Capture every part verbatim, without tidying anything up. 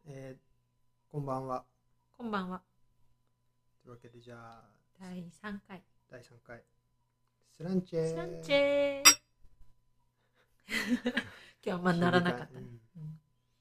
えー、こんばんは。 こんばんは。 というわけで、じゃあ、 だいさんかい。 だいさんかい、スランチスランチェー。 ェー。今日はあんまならなかったね。 響かんうん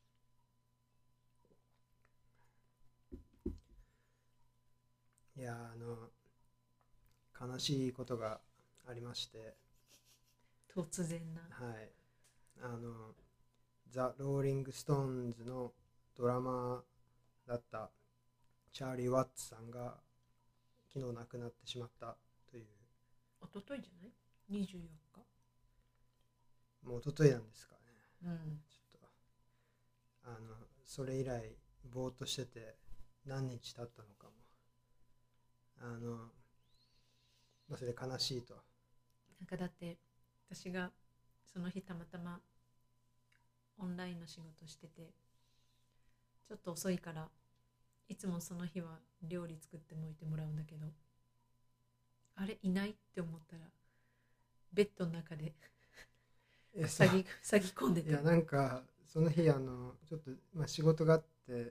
うん、いやあの、悲しいことがありまして、 突然な。 はい。あの、ザ・ローリング・ストーンズのドラマーだったチャーリー・ワッツさんが昨日亡くなってしまったという、 一昨日じゃない？ にじゅうよっか。 もう一昨日なんですかね。 うん。 ちょっと、あの、それ以来、ぼーっとしてて、何日経ったのかも。あの、まあ、それで悲しいと。 なんかだって私がその日たまたまオンラインの仕事してて、ちょっと遅いからいつもその日は料理作ってもおいてもらうんだけど、あれいないって思ったらベッドの中でえ、そう。 塞ぎ塞ぎ込んでて。 いや、なんか、その日、あの、ちょっと、まあ、仕事があって、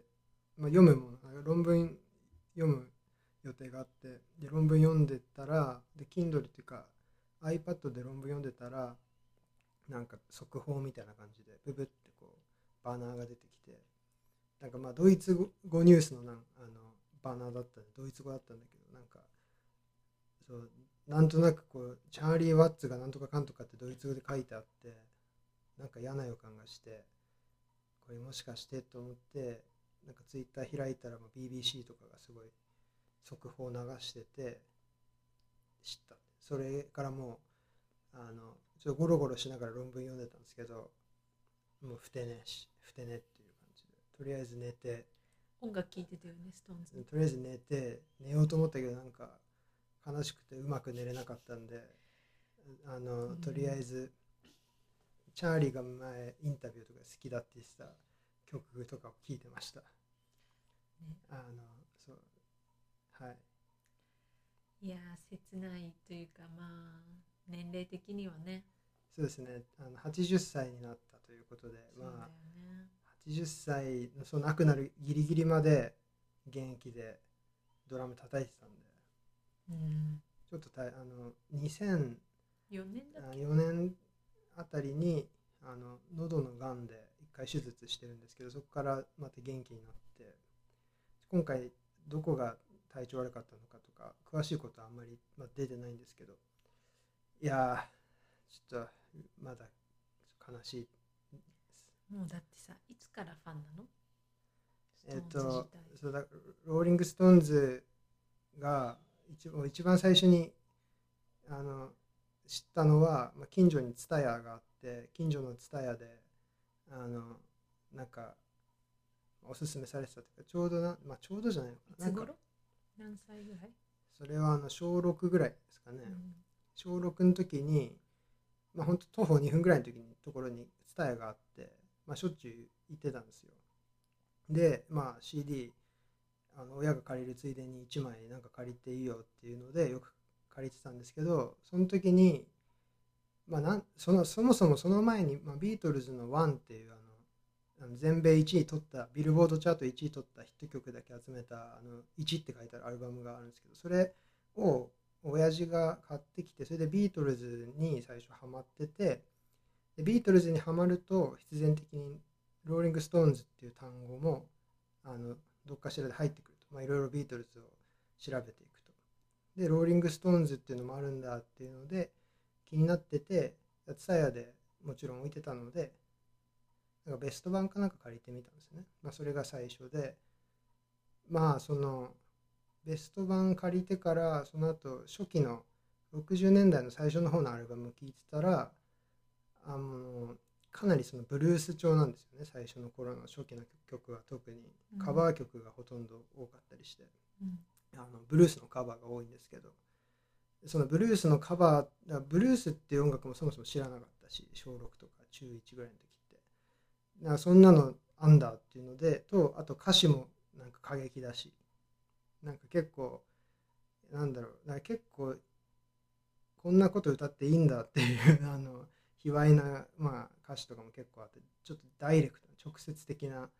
まあ、読むもの、論文読む予定があって、で、論文読んでたら、で、Kindle っていうか、iPad で論文読んでたら、なんか速報みたいな感じで、ブブってこう、バナーが出てきて、なんかまあ、ドイツ語ニュースのなんあのバナーだったんで、ドイツ語だったんだけど、なんか、そう、なんとなくこう、チャーリー・ワッツがなんとかかんとかってドイツ語で書いてあって、なんか嫌な予感がして、これもしかしてと思って、なんかツイッター開いたら ビービーシー とかがすごい速報を流してて知った。それからもう、あの、ちょっとゴロゴロしながら論文読んでたんですけど、もうふてねし、ふてねっていう感じで、とりあえず寝て、 音楽聴いてたよね、ストーンズの。 とりあえず寝て、寝ようと思ったけど、なんか悲しくてうまく寝れなかったんで、あの、とりあえず、チャーリーが前インタビューとか好きだって言ってた曲とかを聴いてました。 ね、 あの、そう、はい。 いやー切ないというか、まあ年齢的にはね。 そうですね。あのはちじゅっさいになったということで、まあ、 そうだよね。 はちじゅっさいのその亡くなるギリギリまで現役でドラム叩いてたんで、 うん。 ちょっとたあの2004 よねんだっけ？ 年あたりにあの喉のがんで一回手術してるんですけど、そこからまた元気になって、今回どこが体調悪かったのかとか詳しいことはあんまり、まあ、出てないんですけど、いやー、ちょっとまだ悲しい。 もうだってさ、いつからファンなの？ストーえっンズ自と、 体。 そうだ、ローリング・ストーンズが一番一番最初にあの知ったのは、まあ、近所にツタヤがあって、近所のツタヤであのなんかおすすめされてたというか、ちょうどな、まあ、ちょうどじゃないのかな、なんかいつ頃？何歳ぐらい？ それはあの小ろくぐらいですかね。 うん。 小ろくの時に、まあ、本当徒歩にふんぐらいの時にところにツタヤがあって、まあ、しょっちゅう行ってたんですよ。で、まあ、シーディー あの親が借りるついでにいちまいなんか借りていいよっていうのでよく借りてたんですけど、その時に、まあ、なんそのそもそもその前に、まあ、ビートルズの「ワン」っていうあのあの全米いちい取ったビルボードチャートいちい取ったヒット曲だけ集めたあのいちって書いてあるアルバムがあるんですけど、それを親父が買ってきて、それでビートルズに最初ハマってて、でビートルズにはまると必然的にローリング・ストーンズっていう単語もあのどっかしらで入ってくると、まあ、いろいろビートルズを調べていくと、でローリング・ストーンズっていうのもあるんだっていうので気になってて、ツタヤでもちろん置いてたので、なんかベスト版かなんか借りてみたんですね。まあ、それが最初で、まあそのベスト版借りてからその後初期のろくじゅうねんだいの最初の方のアルバムを聴いてたら、あのかなりそのブルース調なんですよね。最初の頃の初期の曲は特にカうん。 バー曲がほとんど多かったりして、 うん。 あのブルースのカバーが多いんですけど、そのブルースのカバー、ブルースっていう音楽もそもそも知らなかったし、小ろくとか中いちぐらいの時って、だからそんなのあんだっていうので、とあと歌詞もなんか過激だし、なんか結構なんだろう、なんか結構こんなこと歌っていいんだっていうあの卑猥な、まあ、歌詞とかも結構あって、ちょっとダイレクト直接的な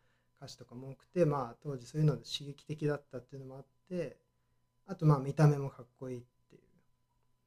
歌詞とかも多くて、まあ当時そういうので刺激的だったっていうのもあって、あとまあ見た目もかっこいいっていう、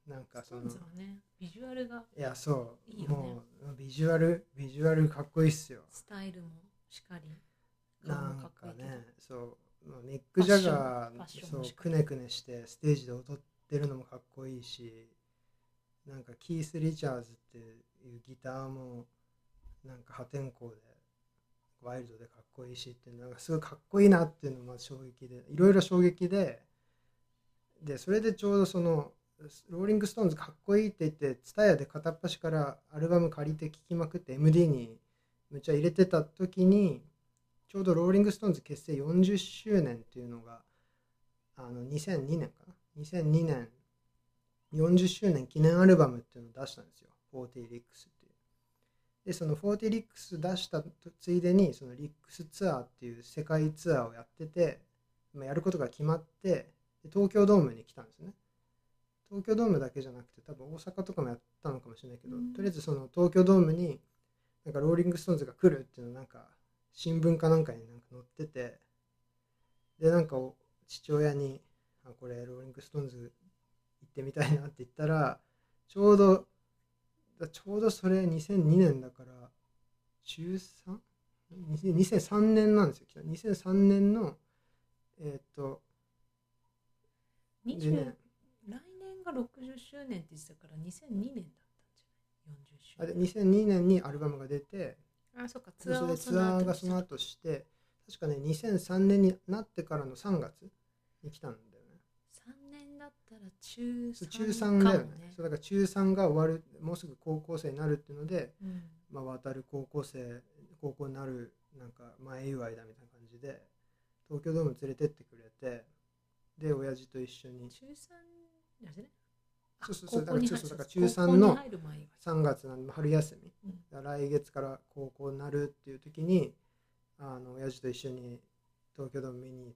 なんかその、 ストーンズはね、ビジュアルがいやそういいよね。 もうビジュアルビジュアルかっこいいっすよ。 スタイルもしっかり、 なん顔もかっこいいけど、 かね、そう、まあ、ミック・ジャガファッションファッシー、そうョンもしっかりくねくねしてステージで踊ってるのもかっこいいし、なんかキース・リチャーズっていうギターもなんか破天荒でワイルドでかっこいいしっていう、なんかすごいかっこいいなっていうのが衝撃で、いろいろ衝撃で、でそれでちょうどそのローリング・ストーンズかっこいいって言って ツタヤ で片っ端からアルバム借りて聴きまくって エムディー にむっちゃ入れてた時に、ちょうどローリング・ストーンズ結成よんじゅっしゅうねんっていうのがあのにせんにねんかな、にせんにねんよんじゅっしゅうねん記念アルバムっていうのを出したんですよ、フォーティーリックスっていう。でそのフォーティーリックス出したついでにそのリックスツアーっていう世界ツアーをやってて、まあ、やることが決まって、で東京ドームに来たんですね。東京ドームだけじゃなくて多分大阪とかもやったのかもしれないけど、 うんとりあえずその東京ドームになんかローリング・ストーンズが来るっていうのなんか新聞かなんかになんか載ってて、でなんか父親にあこれローリング・ストーンズ行ってみたいなって言ったら、ちょうどちょうどそれにせんにねんだからじゅうさん？ にせんさんねんなんですよ。にせんさんねんのえーっとにじゅうでね、 来年がろくじゅっしゅうねんって言ってたからにせんにねんだったんじゃない？ よんじゅっ 周あで年。 にせんにねんにアルバムが出て、 あ、そっか、 それでツアーをツアーがその後して、確かねにせんさんねんになってからのさんがつに来たんだよね。 さんねんだったら中そうさん中さんだよかもね。そうだから中さんが終わる、もうすぐ高校生になるっていうので、 うんまあ、渡る高校生高校になるなんか前祝いだみたいな感じで東京ドーム連れてってくれて、で親父と一緒に、 中さんじゃね、 そうそうそう、 高校に入だからそうそうだから高中さんの校に入る前祝いさんがつなんで春休み、 うんだから来月から高校になるっていう時にあの親父と一緒に東京ドーム見に行って、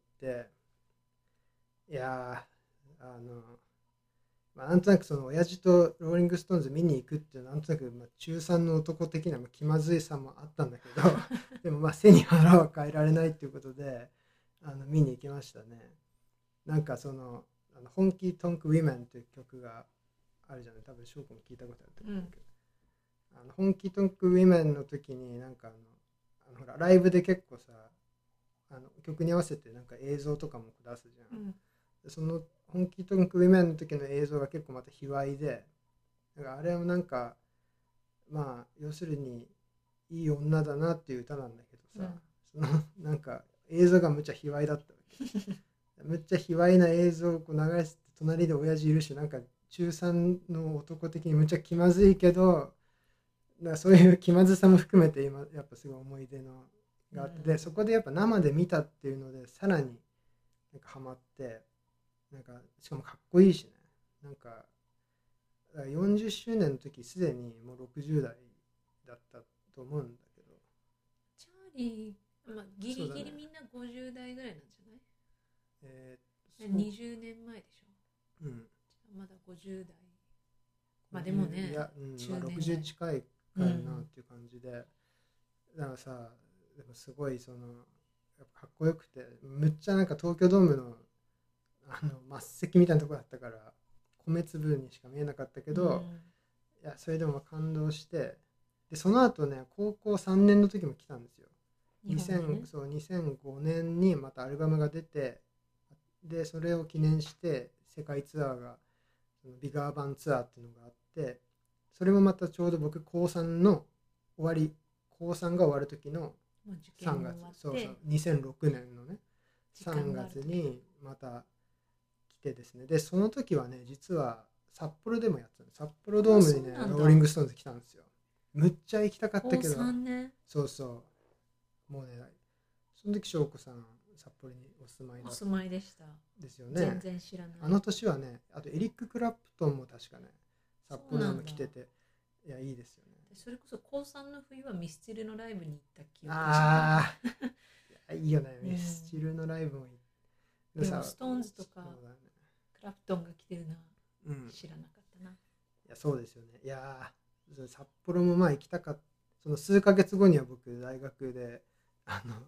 いやーあの、まあ、なんとなくその親父とローリング・ストーンズ見に行くっていうなんとなくまあ中さんの男的なまあ気まずいさもあったんだけどでもまあ背に腹は変えられないっていうことであの見に行きましたね。なんかそのあの本気トンク・ウィメンっていう曲があるじゃない、多分翔くんも聞いたことあると思うけど、あの本気トンク・ウィメンの時になんかあのあのほらライブで結構さあの曲に合わせてなんか映像とかも出すじゃん、 うんでその本気トンク・ウィメンの時の映像が結構また卑猥で、だからあれはなんかまあ要するにいい女だなっていう歌なんだけどさ、そのなんか映像がむっちゃ卑猥だったわけむっちゃ卑猥な映像をこう流して、隣で親父いるし、なんか中さんの男的にむっちゃ気まずいけど、だからそういう気まずさも含めて今やっぱすごい思い出のがあって、でそこでやっぱ生で見たっていうのでさらになんかハマって、なんかしかもかっこいいしね、なんかよんじゅっしゅうねんの時すでにもうろくじゅう代だったと思うんだけど、 チャーリー、まあ、ギリそうだねギリみんなごじゅう代ぐらいなんじゃない？ えー、そうにじゅうねんまえでしょ。 うんまだごじゅう代。まあでもねいや、うんまあ、 中年代ろくじゅう近いかなっていう感じで、だからさでもすごいそのやっぱかっこよくて、むっちゃなんか東京ドームのあの末席みたいなとこだったから米粒にしか見えなかったけど、 うんいやそれでもまあ感動して、でその後ね高校さんねんの時も来たんですよ。 日本にねにせんそうにせんごねんにまたアルバムが出て、でそれを記念して世界ツアーがそのビガーバンツアーっていうのがあって、それもまたちょうど僕高さんの終わり高さんが終わる時のもう受験さんがつ、 も終わってそうそうにせんろくねんのね3 時間がある月にまた来てですね、でその時はね実は札幌でもやってたの、札幌ドームにねあそうなんだローリングストーンズ来たんですよ。むっちゃ行きたかったけど、 高さんねそうそうもうねその時翔子さん札幌にお住まいだお住まいでした。 ですよ全ね。 然知らない。 あの年はね、あとエリック・クラプトンも確かね札幌にも来てて、いやいいですよね。 それこそ高さんの冬はミスチルのライブに行った記憶ああいいよね、 うんミスチルのライブもいい。 でもストーンズとかそうだね、 クラプトンが来てるのはうん、 知らなかったな。 いやそうですよね。いやー札幌もまあ行きたかった。その数ヶ月後には僕大学であの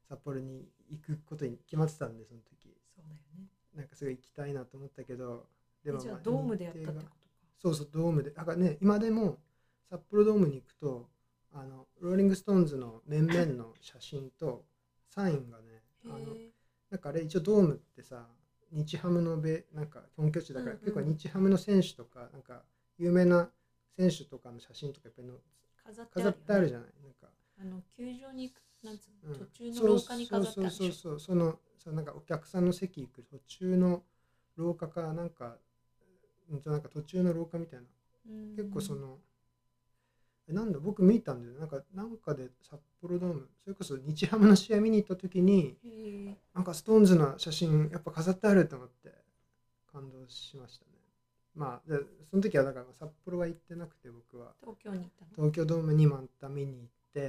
札幌に行くことに決まってたんで、その時そうだよね。 なんかすごい行きたいなと思ったけど、でもえじゃあまあドームでやったってことか。 そうそう、ドームで。だからね、今でも札幌ドームに行くと、あのローリングストーンズの面々の写真とサインがね、あのへなんかあれ一応ドームってさ、日ハムのべなんか本拠地だから、 うんうん結構日ハムの選手とか、なんか有名な選手とかの写真とかいっぱいの飾ってあるよね。 飾ってあるじゃない。なんかあの球場に行くなんつうの、 うん途中の廊下に飾ってあるでしょ。 そうそうそうそう、そのそのなんかお客さんの席行く途中の廊下かなんか、うんとなんか途中の廊下みたいな、 うん結構そのえなんだ僕見たんだよ。なんかなんかで札幌ドーム、それこそ日ハムの試合見に行った時に、 へえなんかストーンズの写真やっぱ飾ってあると思って感動しましたね。まあでその時はだから札幌は行ってなくて、僕は東京に行ったの。 東京ドームにまた見に行って、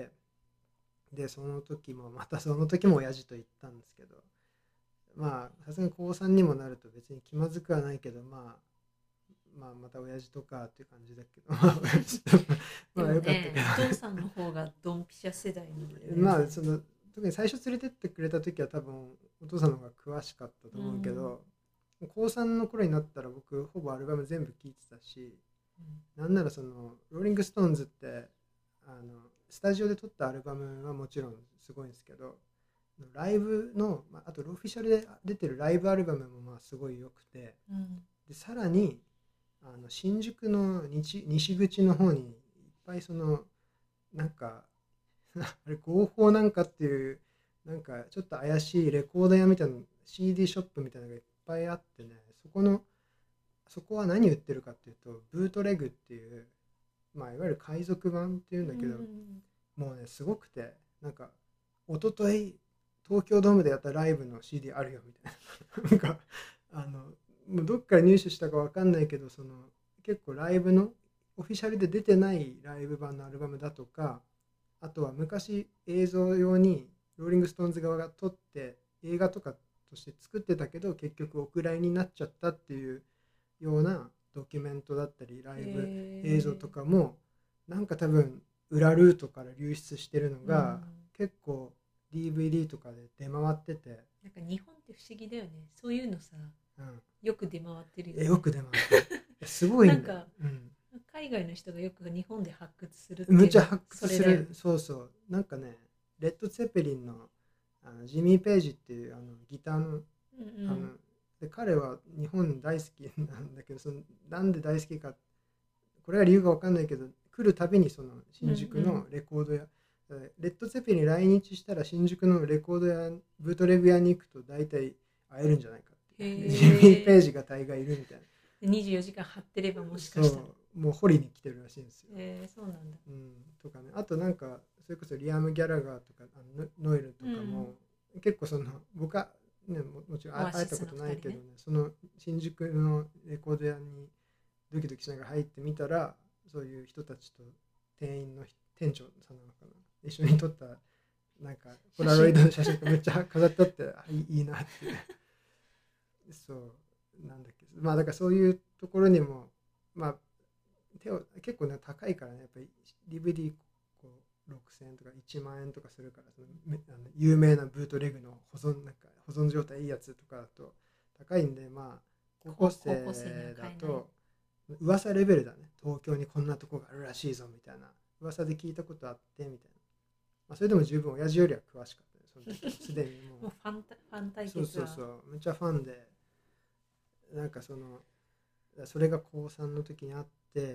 でその時もまたその時も親父と行ったんですけど、まあさすがに高さんにもなると別に気まずくはないけど、まあまあまた親父とかっていう感じだけど、まあ親父とかまあよかったけでもね、おど父さんの方がドンピシャ世代のレベルまあその特に最初連れてってくれた時は多分お父さんの方が詳しかったと思うけど、高さんの頃になったら僕ほぼアルバム全部聴いてたし、 うんなんならそのローリングストーンズってあのスタジオで撮ったアルバムはもちろんすごいんですけど、ライブの、まあ、あとオフィシャルで出てるライブアルバムもまあすごい良くて、 うんでさらにあの新宿の 西, 西口の方にいっぱいそのなんかあれ合法なんかっていうなんかちょっと怪しいレコード屋みたいな シーディー ショップみたいなのがいっぱいあってね、そこのそこは何売ってるかっていうとブートレグっていう、まあ、いわゆる海賊版っていうんだけど、 うんもうねすごくて、なんか一昨日東京ドームでやったライブの シーディー あるよみたいななんかあのもうどっから入手したかわかんないけど、その結構ライブのオフィシャルで出てないライブ版のアルバムだとか、あとは昔映像用にローリングストーンズ側が撮って映画とかとして作ってたけど結局お蔵入りになっちゃったっていうようなドキュメントだったりライブ映像とかもなんか多分裏ルートから流出してるのが結構 ディーブイディー とかで出回ってて、 なんか日本って不思議だよね。そういうのさ、 うん、 よく出回ってるよね。 よく出回ってるすごいんだよ。 なんかうん海外の人がよく日本で発掘するってむちゃ発掘すそれだよねる。そうそう、なんかねレッド・ツェペリンのあのジミー・ページっていうあのギターの、 うんうんあので彼は日本大好きなんだけど、そのなんで大好きかこれは理由が分かんないけど、来るたびにその新宿のレコード屋、うんうん、レッド・ツェペリン来日したら新宿のレコード屋ブートレグ屋に行くと大体会えるんじゃないかって、ジミー・ページが大概いるみたいな。 にじゅうよじかん張ってればもしかしたらそうもう掘りに来てるらしいんですよ。 えー、そうなんだ、 うん、とかね、あとなんかそれこそリアム・ギャラガーとかあのノエルとかも、うん、結構その僕は、ね、も, もちろん会えたことないけどね、その新宿のレコード屋にドキドキしながら入ってみたら、そういう人たちと店員の店長さんなのかな一緒に撮ったなんかポラロイドの写真がめっちゃ飾ってあっていいなってそうなんだっけ、まあだからそういうところにもまあ手を結構ね高いからね、やっぱり ディーブイディー こうろくせんえんとかいちまん円とかするから、そのあの有名なブートレグの保存なんか保存状態いいやつとかだと高いんで、まあ高校生だと噂レベルだね、東京にこんなとこがあるらしいぞみたいな噂で聞いたことあってみたいな、まあ、それでも十分親父よりは詳しかったです、その時すでにもうもうファンタファン対決そうそうそうめっちゃファンで、なんかそのそれが高さんの時にあって、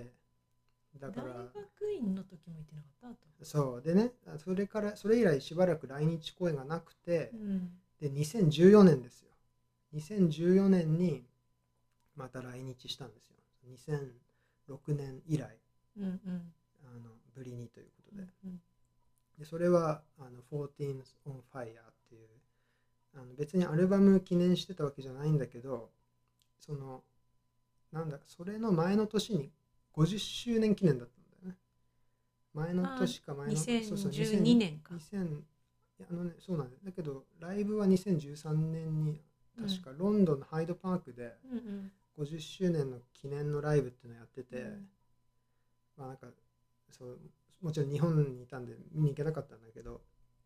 だから大学院の時も行ってなかったあとそうでね、それからそれ以来しばらく来日公演がなくて、 うん、 でにせんじゅうよねんですよ。にせんじゅうよねんにまた来日したんですよ。にせんろくねん以来、 うんうん、 あのぶりにということで、 うんうん、 でそれはあの fourteen on Fire っていうあの別にアルバム記念してたわけじゃないんだけど、そのなんだそれの前の年にごじゅっしゅうねん記念だったんだよね。前の年か前のにせんじゅうにねんか。 にせんあのねそうなんだ。だけどライブはにせんじゅうさんねんに確かロンドンのハイドパークでごじゅっしゅうねんの記念のライブっていうのをやってて、うん、まあなんかそうもちろん日本にいたんで見に行けなかったんだけど、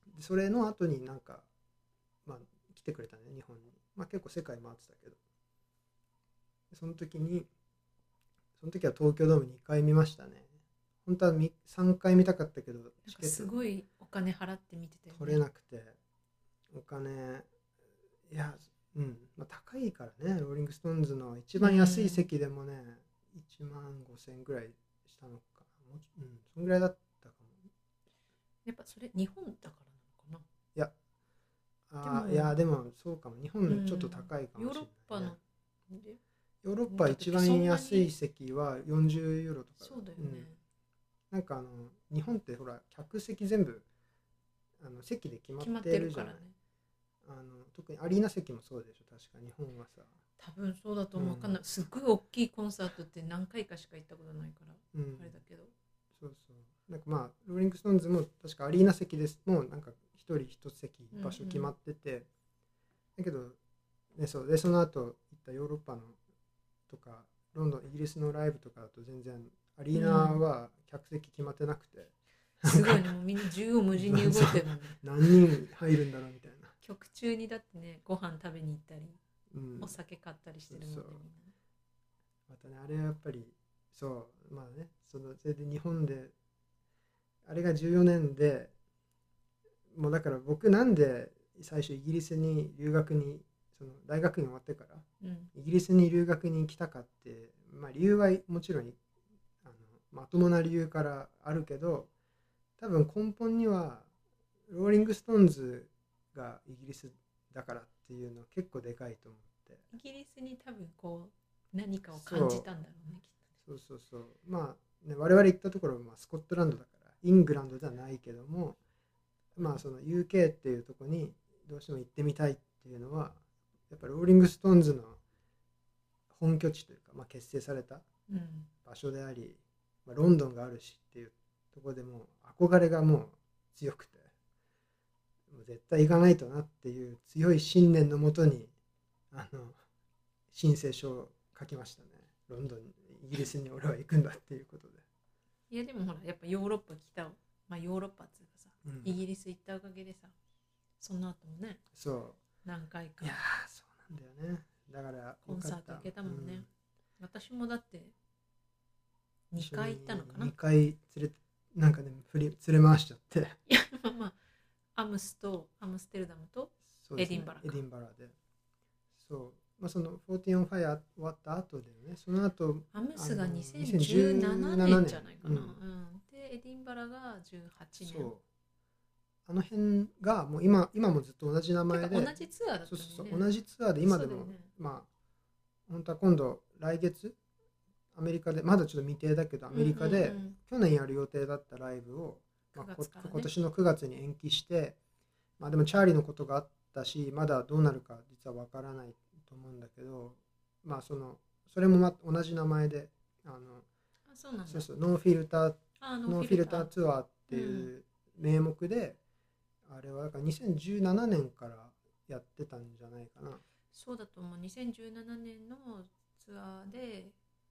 でそれの後になんか、まあ、来てくれたね日本に、まあ、結構世界回ってたけど、その時にその時は東京ドームにかい見ましたね。本当はさんかい見たかったけどなんかすごいお金払って見てたよね。 取れなくて、お金いやうんまあ、高いからね。ローリングストーンズの一番安い席でもね、うん、いちまんごせんぐらいしたのかな、もううんそんぐらいだったかも。 やっぱそれ日本だからなのかな。 いやあいやでもそうかも、日本ちょっと高いかもしれない、ね、 ヨーロッパのでヨーロッパ一番安い席はよんじゅうユーロとか。 そうだよね、 うん、なんかあの日本ってほら客席全部あの席で決まってるじゃない。あの特にアリーナ席もそうでしょ確か。日本はさ多分そうだと思う、うん、かんない。すっごい大きいコンサートって何回かしか行ったことないから、うん、あれだけど、 そうそうなんかまあローリングストーンズも確かアリーナ席ですもうなんか一人一席場所決まってて、うんうん、だけど、ね、そうでその後行ったヨーロッパのとかロンドンイギリスのライブとかだと全然アリーナは客席決まってなくて、 うん、すごいねもうみんな縦横無尽に動いてるもんね何人入るんだろうみたいな。 曲中にだってねご飯食べに行ったり、うん、お酒買ったりしてるもんね。そうまたねあれはやっぱりそうまあねそのそれで日本であれがじゅうよねんでもうだから僕なんで最初イギリスに留学にその大学院終わってから、うん、イギリスに留学に来たかって、まあ、理由はもちろんあのまともな理由からあるけど、多分根本にはローリングストーンズがイギリスだからっていうのは結構でかいと思って、 イギリスに多分こう何かを感じたんだろうね。 そうそうそうそうまあね我々行ったところはまあスコットランドだからイングランドではないけども、まあその ユーケー っていうところにどうしても行ってみたいっていうのはやっぱりローリングストーンズの本拠地というか、まあ、結成された場所であり、うんまあ、ロンドンがあるしっていうところでもう憧れがもう強くて、もう絶対行かないとなっていう強い信念のもとにあの申請書を書きましたね。ロンドンにイギリスに俺は行くんだっていうことで。 いやでもほらやっぱヨーロッパ来た、まあ、ヨーロッパっていうかさ、うん、イギリス行ったおかげでさその後もねそう何回かいやそうなんだよね。だからコンサート行けたもんね、うん、私もだってにかい行ったのかな。 にかい連れなんかね振り連れ回しちゃっていやまあまあアムスとアムステルダムとエディンバラ、 ね、エディンバラでそうまあ、そのフォーティーオンファイア終わった後でね、その後アムスがにせんじゅうななねんじゃないかな、うんうん、でエディンバラがじゅうはちねん。そうあの辺がもう 今, 今もずっと同じ名前で同じツアーだったね。そうそうそう同じツアーで今でも、ね、まあ本当は今度来月アメリカでまだちょっと未定だけどアメリカで去年やる予定だったライブを、まあね、今年のくがつに延期して、まあ、でもチャーリーのことがあったしまだどうなるか実はわからないと思うんだけど、まあそのそれもま同じ名前であのあそうなんだ。 そうそうノーフィルターノーフィルターツアーっていう名目で、うん、あれはだからにせんじゅうななねんからやってたんじゃないかな。 そうだと思う。にせんじゅうななねんのツアーで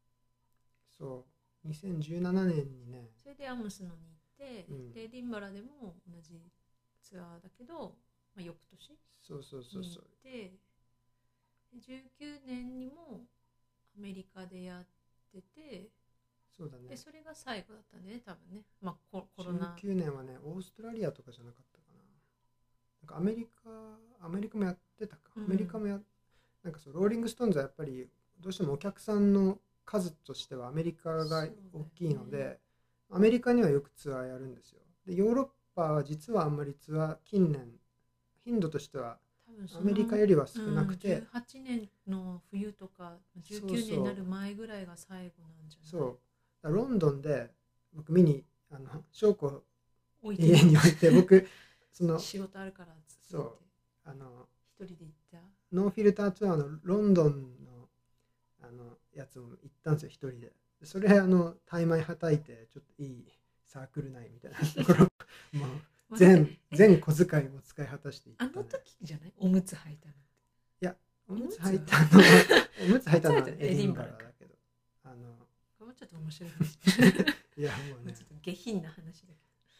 そうにせんじゅうななねんにねそれでアムスのに行って、うん、でエディンバラでも同じツアーだけど、まあ、翌年そうそうそうそうでじゅうきゅうねんにもアメリカでやっててそうだねでそれが最後だったね多分ね、まあ、コ, コロナじゅうきゅうねんはねオーストラリアとかじゃなかったかな。なんかアメリカアメリカもやってたか、うん、アメリカもやなんかそうローリングストーンズはやっぱりどうしてもお客さんの数としてはアメリカが大きいので、ね、アメリカにはよくツアーやるんですよ。でヨーロッパは実はあんまりツアー近年頻度としてはアメリカよりは少なくて、うん、 じゅうはちねんの冬とかじゅうきゅうねんになる前ぐらいが最後なんじゃない。 そうだロンドンで僕見にあの証拠家に置いて僕その仕事あるからっつってそうあの一人で行ったノーフィルターツアーのロンドンのあのやつも行ったんですよ一人で。それあの大枚はたいてちょっといいサークル内みたいなところもう全全小遣いも使い果たしていった、 ね、あの時じゃないおむつ履いたのって。 いやおむつ履いたのおむつ履いたのはエディンバラだけどあのちょっと面白いいやもうねちょっと下品な話だけど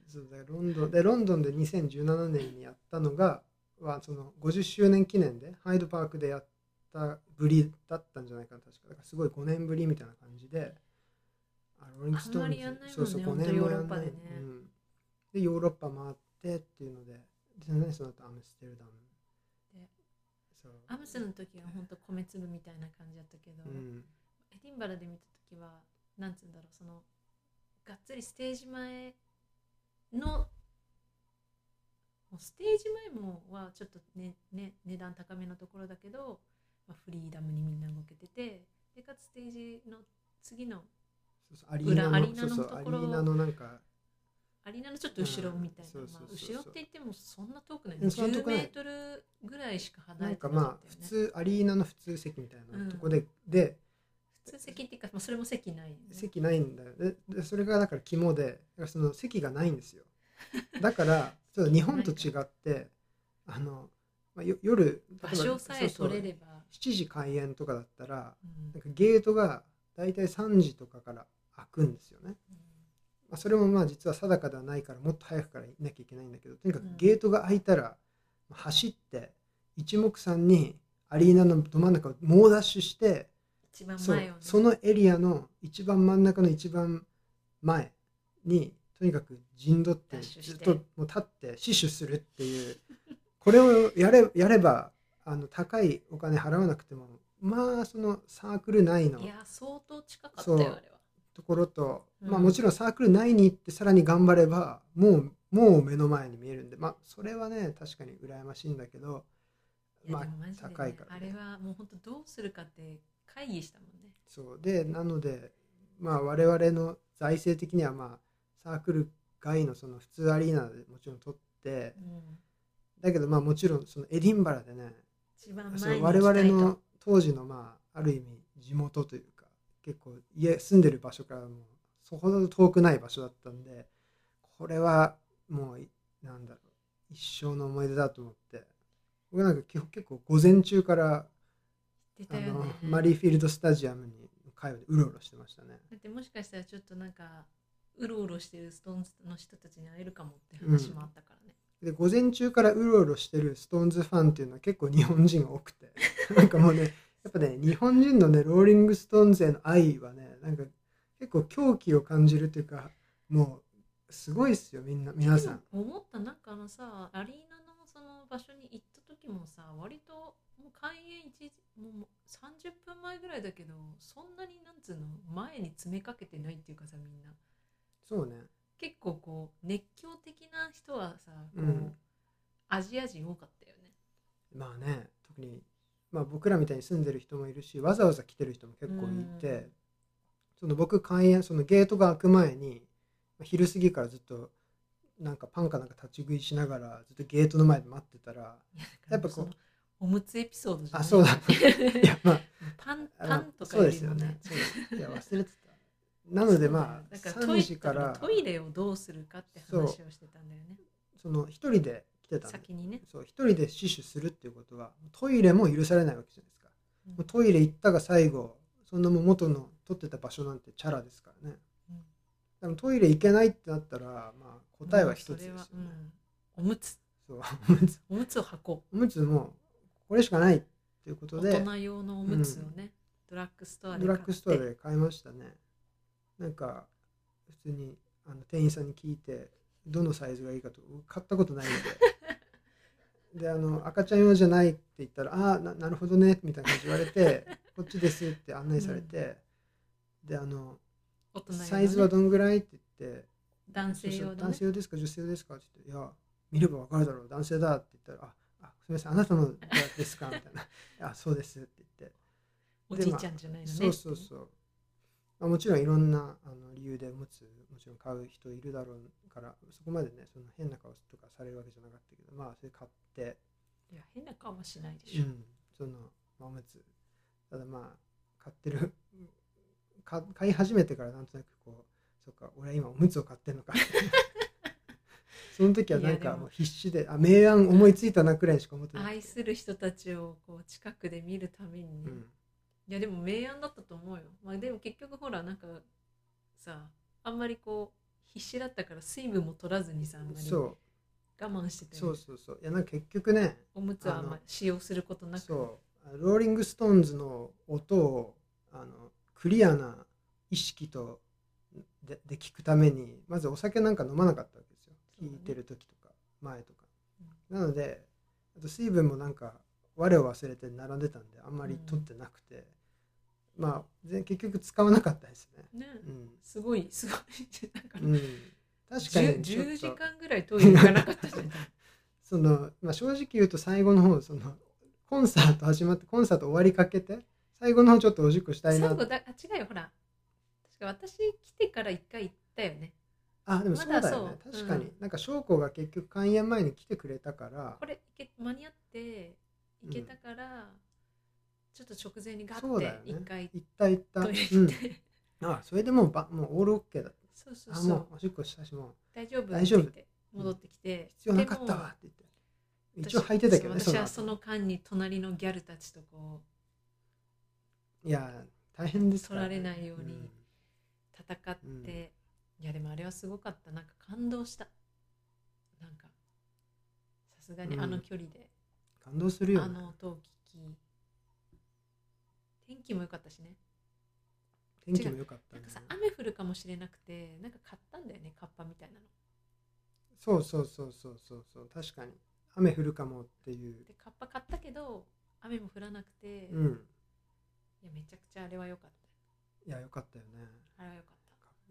そうだからロンドンでロンドンでにせんじゅうななねんにやったのがはそのごじゅっしゅうねん記念でハイドパークでやったぶりだったんじゃないかな確か。だからすごいごねんぶりみたいな感じで、あローリングストーンズあんまりやんないもんねそうそうほんとごねんもやんないヨーロッパでねうん、でヨーロッパ回ってっていうので、で、ね、その後アムステルダムでそうアムスの時は本当米粒みたいな感じだったけど、 うんエディンバラで見た時はなんつうんだろう、そのがっつりステージ前のもうステージ前もはちょっと、ねね、値段高めのところだけど、まあ、フリーダムにみんな動けてて、でかつステージの次のそうそうアリーナの裏アリーナのそうそうところアリーナのなんかアリーナのちょっと後ろみたいな、 うんまあ、 そうそうそうそう後ろって言ってもそんな遠くない、 うんじゅうそんな遠くないメートルぐらいしか離なんれてかまあなかったよね。 普通アリーナの普通席みたいなとこで、 うんで普通席っていうか、まあ、それも席ないよね。 席ないんだよででそれがだから肝で、だからその席がないんですよ。だからちょっと日本と違ってあの、まあ、よ夜例えば場所さえ取れれば、 しちじ開演とかだったらうんなんかゲートがだいたいさんじとかから開くんですよね。まあ、それもまあ実は定かではないからもっと早くからいなきゃいけないんだけど、とにかくゲートが開いたら走って一目散にアリーナのど真ん中を猛ダッシュして、 一番そう前をね、 そのエリアの一番真ん中の一番前にとにかく陣取ってダッシュしてずっともう立って死守するっていうこれをやれやればあの高いお金払わなくてもまあそのサークル内のいや相当近かったよあれは。 ところと、 うんまあもちろんサークル内に行ってさらに頑張ればもうもう目の前に見えるんで、まあそれはね確かに羨ましいんだけど、まあいやでもマジでね高いから、 あれはもう本当どうするかって会議したもんね。 そうでなのでまあ我々の財政的にはまあサークル外のその普通アリーナでもちろん取ってうん、 だけどまあもちろんそのエディンバラでね一番そ前にう我行きたいと。 々の当時のまあある意味地元というか結構家住んでる場所からもそこほど遠くない場所だったんで、これはもうなんだろう一生の思い出だと思って、僕なんか結構午前中からあ出たよね。 のマリーフィールドスタジアムに会話でうろうろしてましたね。 だってもしかしたらちょっとなんかうろうろしてるストーンズの人たちに会えるかもって話もあったからね。 で午前中からうろうろしてるストーンズファンっていうのは結構日本人が多くてなんかもうねやっぱね日本人のねローリングストーンズへの愛はねなんか結構狂気を感じるというか、もうすごいっすよみんな皆さん。 でも思ったなんかあのさアリーナのその場所に行った時もさ割ともう開演いちもうさんじゅっぷんまえぐらいだけどそんなになんつうの前に詰めかけてないっていうかさ、みんなそうね。 結構こう熱狂的な人はさこう、 うんアジア人多かったよね。 まあね特に、まあ、僕らみたいに住んでる人もいるしわざわざ来てる人も結構いて、 うんその僕開園そのゲートが開く前に昼過ぎからずっとなんかパンかなんか立ち食いしながらずっとゲートの前で待ってたら、 いややっぱこうそのおむつエピソードじゃないあそうだいやまあパンあのパンとかそうよりもですよね。そうですいや忘れてた。なそうのでまあだからト 3 イ時からトイレをどうするかって話をしてたんだよね。 その一人で来てたんで、 先にね。 そう一人で死守するっていうことはトイレも許されないわけじゃないですか。 うんもうトイレ行ったが最後、そんなもう元の取ってた場所なんてチャラですからね。 うんでもトイレ行けないってなったら、まあ、答えは一つですよね。 もうそれはうん、おむつそうおむつおむつを箱おむつもこれしかないっていうことで大人用のおむつをね、ドラッグストアでド買ってラッグストアで買いましたね。なんか普通にあの店員さんに聞いてどのサイズがいいかと買ったことないのでであの赤ちゃん用じゃないって言ったらああ な, なるほどねみたいな感じ言われてこっちですって案内されて、うん、であの大人用のねサイズはどんぐらいって言って男性用の、ね、 男性用ですか女性用ですかって言っていや見ればわかるだろう男性だって言ったらああすみませんあなたのですかみたいなあそうですって言っておじいちゃんじゃないのね、 そうそうそう、まあ、もちろんいろんなあの理由でおむつもちろん買う人いるだろうからそこまでねその変な顔とかされるわけじゃなかったけどまあそれ買っていや変な顔はしないでしょ、 うん、その、まあ、おむつただまあ買ってるか買い始めてからなんとなくこうそっか俺は今おむつを買ってんのかその時はなんかもう必死であ明暗思いついたなくらいしか思ってない愛する人たちをこう近くで見るためにね、うん、いやでも明暗だったと思うよ、まあ、でも結局ほらなんかさあんまりこう必死だったから水分も取らずにさあんまりそ我慢してうたよね。 そうそうそういやなんか結局ねおむつはあんま使用することなく。 そうローリングストーンズの音をあのクリアな意識とでで聞くためにまずお酒なんか飲まなかったわけですよ、 そうだね聞いてる時とか前とか、なのであと水分もなんか我を忘れて並んでたんであんまり取ってなくて、うん、まあぜ結局使わなかったですね。 ね、 うん、 すごいすごいだから、 うん、確かにじゅうじかんぐらいトイレ行かなかったじゃんその、まあ、正直言うと最後の方そのコンサート始まってコンサート終わりかけて最後の方ちょっとおしっこしたいな最後だあ違うよほら確か私来てから一回行ったよね。 あでもそうだよね、 ま、 確かに、うん、なんか翔子が結局開演前に来てくれたからこれ間に合って行けたから、うん、ちょっと直前にガッて一回、 ね、行った行ったトイレ行って、 うん、あそれでもうばもうオールオッケーだった。 そうそうそう、 あもうおしっこしたしもう大丈夫大丈夫って戻ってきて、 うん、必要なかったわって言って一応履いてたけどね。 私はその間に隣のギャルたちとこういや大変ですから、ね、取られないように戦って、うん、いやでもあれはすごかった。なんか感動した。なんかさすがにあの距離で、 うん、感動するよね。 あの音を聞き天気も良かったしね。 天気も良かった、ね、 なんかさ雨降るかもしれなくてなんか買ったんだよねカッパみたいなの。 そうそうそうそうそうそう確かに雨降るかもっていうでカッパ買ったけど雨も降らなくて、 うん、 いやめちゃくちゃあれは良かった。 いや良かったよね。 あれは良かった。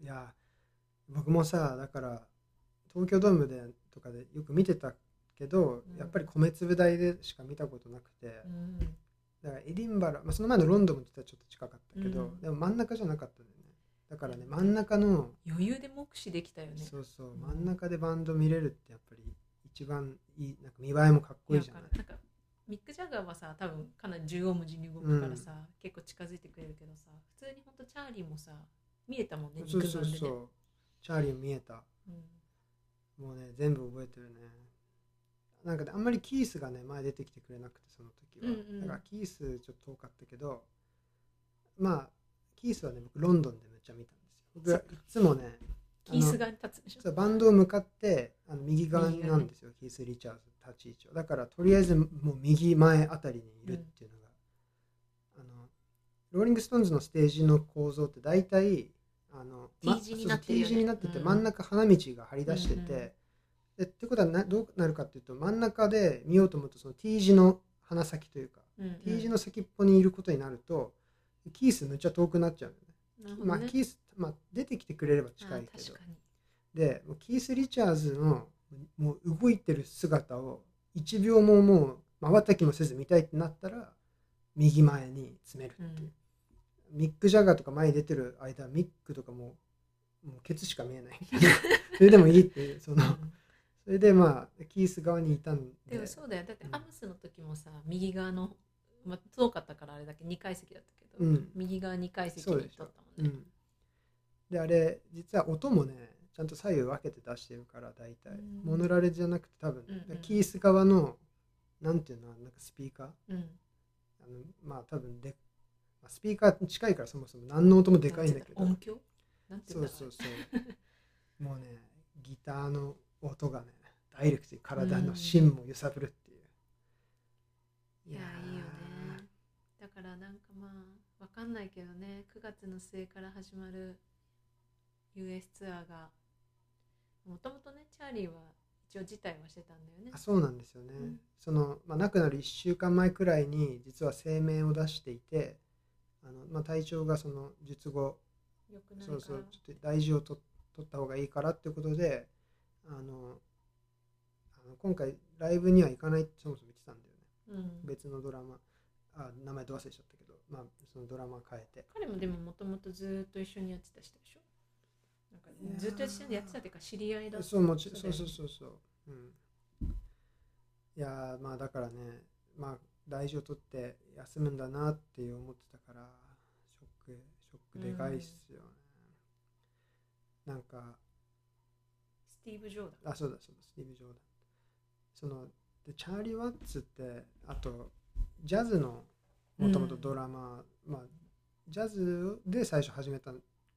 いや僕もさだから東京ドームでとかでよく見てたけど、うん、やっぱり米粒大でしか見たことなくて、うん、だからエディンバラ、まあ、その前のロンドンも実はちょっと近かったけど、うん、でも真ん中じゃなかったんだよね。だからね真ん中の余裕で目視できたよね。 そうそう真ん中でバンド見れるってやっぱり一番いいなんか見栄えもかっこいいじゃない。 なんかミック・ジャガーはさ多分かなり縦横無尽に動くからさ、うん、結構近づいてくれるけどさ普通にほんとチャーリーもさ見えたもんね。 そうそうそう、ね、チャーリーも見えた、うん、もうね全部覚えてるね。なんか、ね、あんまりキースがね前出てきてくれなくてその時は、うんうん、だからキースちょっと遠かったけどまあキースはね僕ロンドンでめっちゃ見たんですよ。僕はいつもねキース側に立つでしょ。 バンドを向かってあの右側なんですよ、ね、キース・リチャーズ立ち位置を。だからとりあえずもう右前あたりにいるっていうのが、うん、あのローリング・ストーンズのステージの構造って大体あの T 字になってるよね。 T 字になってて、うん、真ん中花道が張り出してて、うんうん、でってことはなどうなるかっていうと真ん中で見ようと思うとその T 字の鼻先というか、うんうん、T 字の先っぽにいることになるとキースむっちゃ遠くなっちゃうんだよね。ねまあ、キース、まあ、出てきてくれれば近いけどでキース・リチャーズのもう動いてる姿をいちびょうももうまばたきもせず見たいってなったら右前に詰めるっていう、うん、ミック・ジャガーとか前に出てる間ミックとかももうケツしか見えないそれでもいいっていうその、うん、それでまあキース側にいたんで。 でもそうだよだってアムスの時もさ、うん、右側のまあ、遠かったからあれだけにかい席だったけど、うん、右側にかい席に取ったもんね。 うん、であれ実は音もねちゃんと左右分けて出してるから大体、うん、モノラルじゃなくて多分、うんうん、キース側のなんていうのなんかスピーカー、うん、あのまあ多分でスピーカー近いからそもそも何の音もでかいんだけど音響なんていうんだろう。 そうそうそうもうねギターの音がねダイレクトに体の芯も揺さぶるっていう、 うん、いやいいよね。だからなんかまあわかんないけどねくがつの末から始まる ユーエス ツアーがもともとねチャーリーは一応辞退はしてたんだよね。 あそうなんですよね、うん、その、まあ、亡くなるいっしゅうかんまえくらいに実は声明を出していてあの、まあ、体調がその術後良くないそうそうちょっと大事をと取った方がいいからってことであのあの今回ライブには行かないってそもそも言ってたんだよね、うん、別のドラマあ名前ど忘れちゃったけど、まあ、そのドラマ変えて彼もでももともとずっと一緒にやってた人でしょ。なんかずっと一緒にやってたっていうか知り合いだった。 そうもちそうそうそうそう、うん、いやまあだからねまあ大事を取って休むんだなって思ってたからショックショックでかいっすよね、うん、なんかスティーブ・ジョーダンあそうだそうだスティーブ・ジョーダンそのでチャーリー・ワッツってあとジャズのもともとドラマ、うん、まあジャズで最初始めた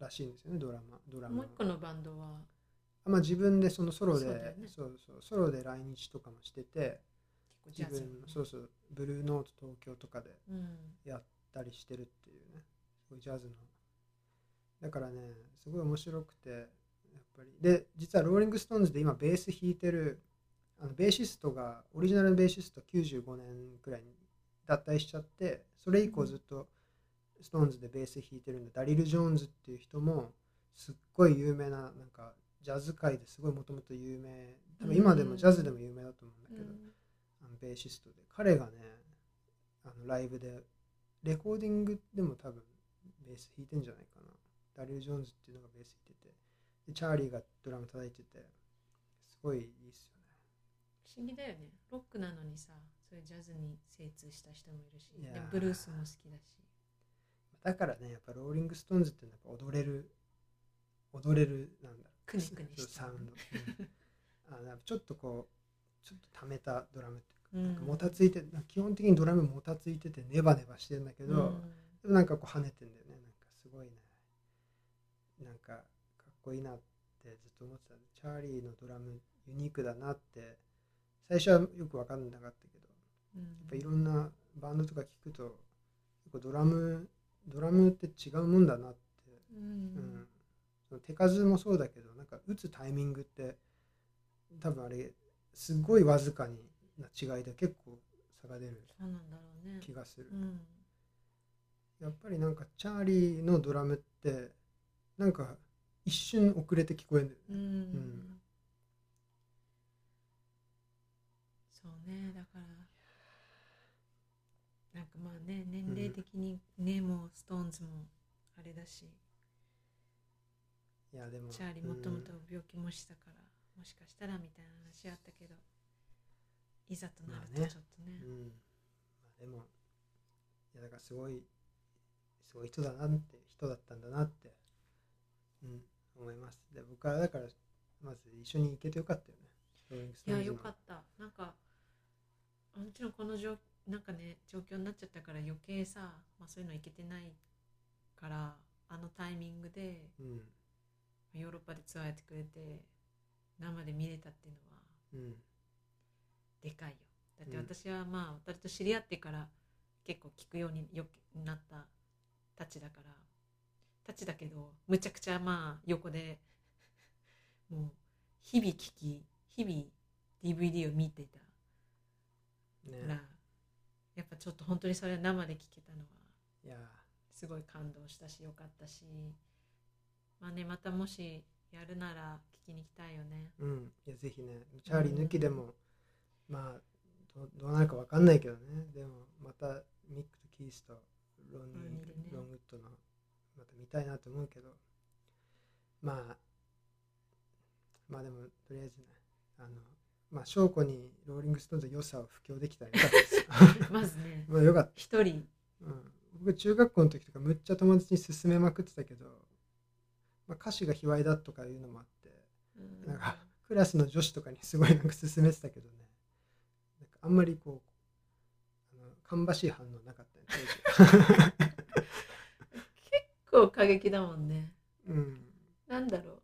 らしいんですよね、ドラマドラマもう一個のバンドはあ、まあ、自分でそのソロでそうだよねそうそうソロで来日とかもしてて、自結構ジャズ分そうそうブルーノート東京とかでうんやったりしてるっていうね、すごいジャズのだからねすごい面白くて、やっぱりで実はローリングストーンズで今ベース弾いてるあのベーシストがオリジナルベーシストきゅうじゅうごねんくらいに脱退しちゃって、それ以降ずっとストーンズでベース弾いてるんで、ダリル・ジョーンズっていう人もすっごい有名な、なんかジャズ界ですごいもともと有名、多分今でもジャズでも有名だと思うんだけど、あのベーシストで彼がねあのライブでレコーディングでも多分ベース弾いてんじゃないかな。ダリル・ジョーンズっていうのがベース弾いてて、でチャーリーがドラム叩いてて、すごいいいっすよね。 不思議だよね。ロックなのにさ、そういうジャズに精通した人もいるし、 いやーでブルースも好きだし。 だからねやっぱローリングストーンズっていうのはやっぱ踊れる踊れるなんだろうくねくねしてるサウンド、うんあなんかちょっとこうちょっと溜めたドラムっていうか、 うんなんかもたついて基本的にドラムもたついててネバネバしてるんだけど、 うんでもなんかこう跳ねてんだよね。なんかすごいね、なんかかっこいいなってずっと思ってた。チャーリーのドラムユニークだなって最初はよく分かんなかったけど、 うんやっぱいろんなバンドとか聞くと結構ドラムドラムって違うもんだなって、 ううんん、その手数もそうだけどなんか打つタイミングって多分あれすごいわずかにな違いで結構差が出るそうなんだろうね。 気がする。 うんやっぱりなんかチャーリーのドラムってなんか一瞬遅れて聞こえるんだようね。 んそうね、だからなんかまあね、年齢的にね、もうストーンズもあれだし、 いやでもチャーリーもともと病気もしたから、もしかしたらみたいな話あったけど、いざとなるとちょっとね、 うん、うんまあ、でもいやだからすごいすごい人だなって人だったんだなって、うん、思います。で僕はだからまず一緒に行けてよかったよね。ローリングストいやーンズのよかった。なんかもちろんこの状なんかね状況になっちゃったから余計さ、まあ、そういうのいけてないから、あのタイミングでうんヨーロッパでツアーやってくれて生で見れたっていうのはうんでかいよ。だって私はまあ私と知り合ってから結構聞くようによくなったたちだからたちだけど、むちゃくちゃまあ横でもう日々聞き日々 ディーブイディー を見てたねから、やっぱちょっと本当にそれは生で聞けたのはいやすごい感動したしよかったし、まあねまたもしやるなら聞きに行きたいよね。 うんいやぜひねチャーリー抜きでも、まあど う, どうなるか分かんないけどね。でもまたミックとキースとロンニー、 ロンニーでねロンウッドのまた見たいなと思うけど、まあまあでもとりあえずねあのまあ翔子にローリングストーンズの良さを布教できたらよかったですよまずねまあよかった。 一人うん、僕中学校の時とかむっちゃ友達に勧めまくってたけど、まあ、歌詞が卑猥だとかいうのもあってうんなんかクラスの女子とかにすごいなんか勧めてたけどね、なんかあんまりこうあの芳しい反応なかったね結構過激だもんね。 当時うんなんだろ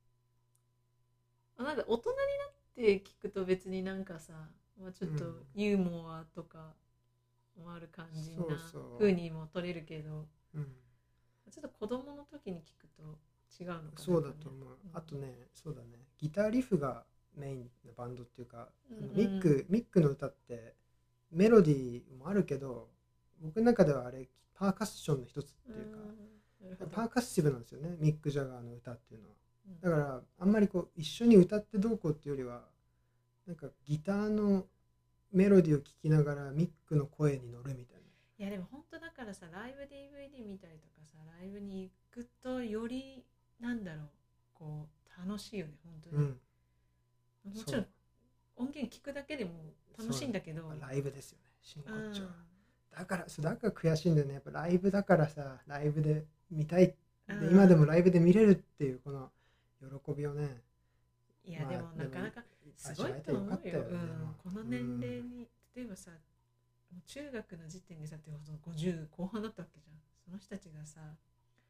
う、なんか大人になって聞くと別になんかさ、まあ、ちょっとユーモアとかもある感じなそうそう風にも取れるけど、 うん、 ちょっと子供の時に聞くと違うのかな、 そうだと思う。あとねそうだねギターリフがメインのバンドっていうか、あのミックミックの歌ってメロディーもあるけど僕の中ではあれパーカッションの一つっていうか、 なるほどパーカッシブなんですよねミック・ジャガーの歌っていうのは。 うんだからあんまりこう一緒に歌ってどうこうっていうよりはなんかギターのメロディーを聴きながらミックの声に乗るみたいいやでも本当だからさ、ライブ ディーブイディー 見たりとかさ、ライブに行くとよりなんだろう、こう楽しいよね本当な、 に、 うん、 もちろん音源聞くだけでも楽しいんだけど、 ライブですよね真骨頂は。 うだからそうだから悔しいんだよね。やっぱライブだからさライブで見たいでうん今でもライブで見れるっていうこの喜びをね、 んいやまあでもなかなかすごい味わえてと思うよ、 よかったよね、 うんでもこの年齢に、例えばさもう中学の時点でさってごじゅう後半だったわけじゃん。その人たちがさ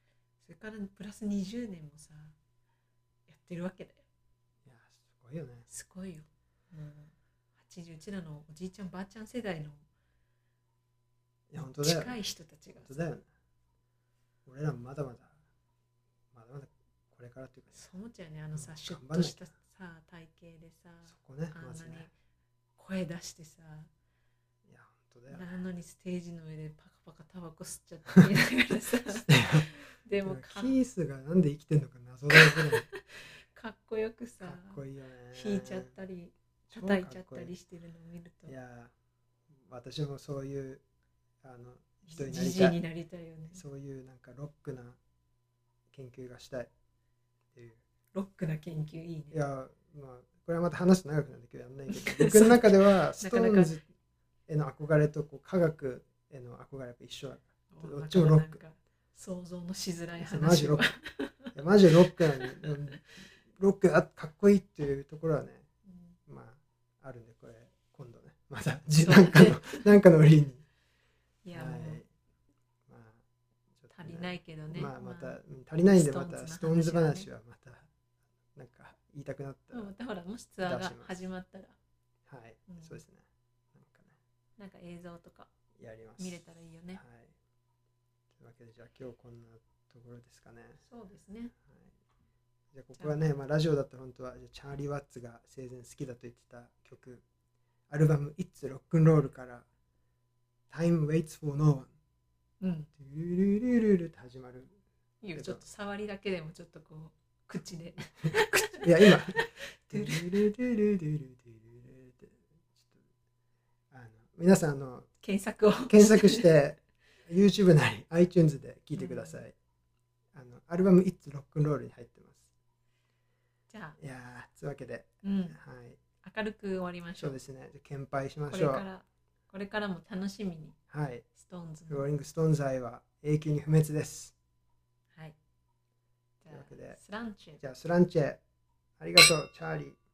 それからプラスにじゅうねんもさやってるわけだよ。 いやすごいよね。 すごいよ。もうはちじゅううちらのおじいちゃんばあちゃん世代のいや本当だよ、 近い人たちが本当だよね。俺らもまだまだまだまだこれからっていうか、ね、 そう思っちゃうね。あのさ、 うんシュッとしたさ体型でさ、 そこねあんなにまずね。 声出してさ、 いや本当だよね。 なのにステージの上でパカパカタバコ吸っちゃって言いながらさでもかキースがなんで生きてんのか謎だよけどかっこよくさかっこいいよね。 弾いちゃったり叩いちゃったりしてるのを見ると、 いや私もそういうあの人になじりたい。 じいになりたいよね。 そういうなんかロックな研究がしたいっていう。 ロックな研究いいね。 いやまあこれはまた話すと長くなるんで今日やんないけど僕の中ではストーンズへの憧れとこう科学への憧れやっぱ一緒だからどっちもロック。 想像のしづらい話。 マジロック。いやマジロックなのにロックだかっこいいっていうところはね、うん、まああるんでこれ今度ねまたなんかのなんかの折に。 いや、はい、もう、まあちょっとね、足りないけどね。 まあまた、まあ、足りないんでまたストーンズ話はまたなんか言いたくなったら。 またほらもしツアーが始まったら。 はい、うん、そうですね。 なんかね。なんか映像とかやります見れたらいいよね。 はい。というわけでじゃあ今日こんなところですかね。 そうですね。はい、 じゃあここはね、まあ、ラジオだったら本当はチャーリー・ワッツが生前好きだと言ってた曲、アルバム It's Rock'n'Roll からTime Waits for No One、うん、トゥルルルルって始まる。 いいよ、ちょっと触りだけでもちょっとこう口でいや今トゥルルルルルルルルってちょっとあの皆さんあの検索を検索してYouTube なり iTunes で聴いてください、うん、あのアルバム It's Rock'n'Roll に入ってます。 じゃあいやーというわけで、 うん、 はい、 明るく終わりましょう。 そうですね。献杯しましょう。 これからこれからも楽しみに。 はい。 ストーンズローリングストーンズ愛は永久に不滅です。 はい。 というわけでスランチェ。 じゃあスランチェありがとうチャーリー。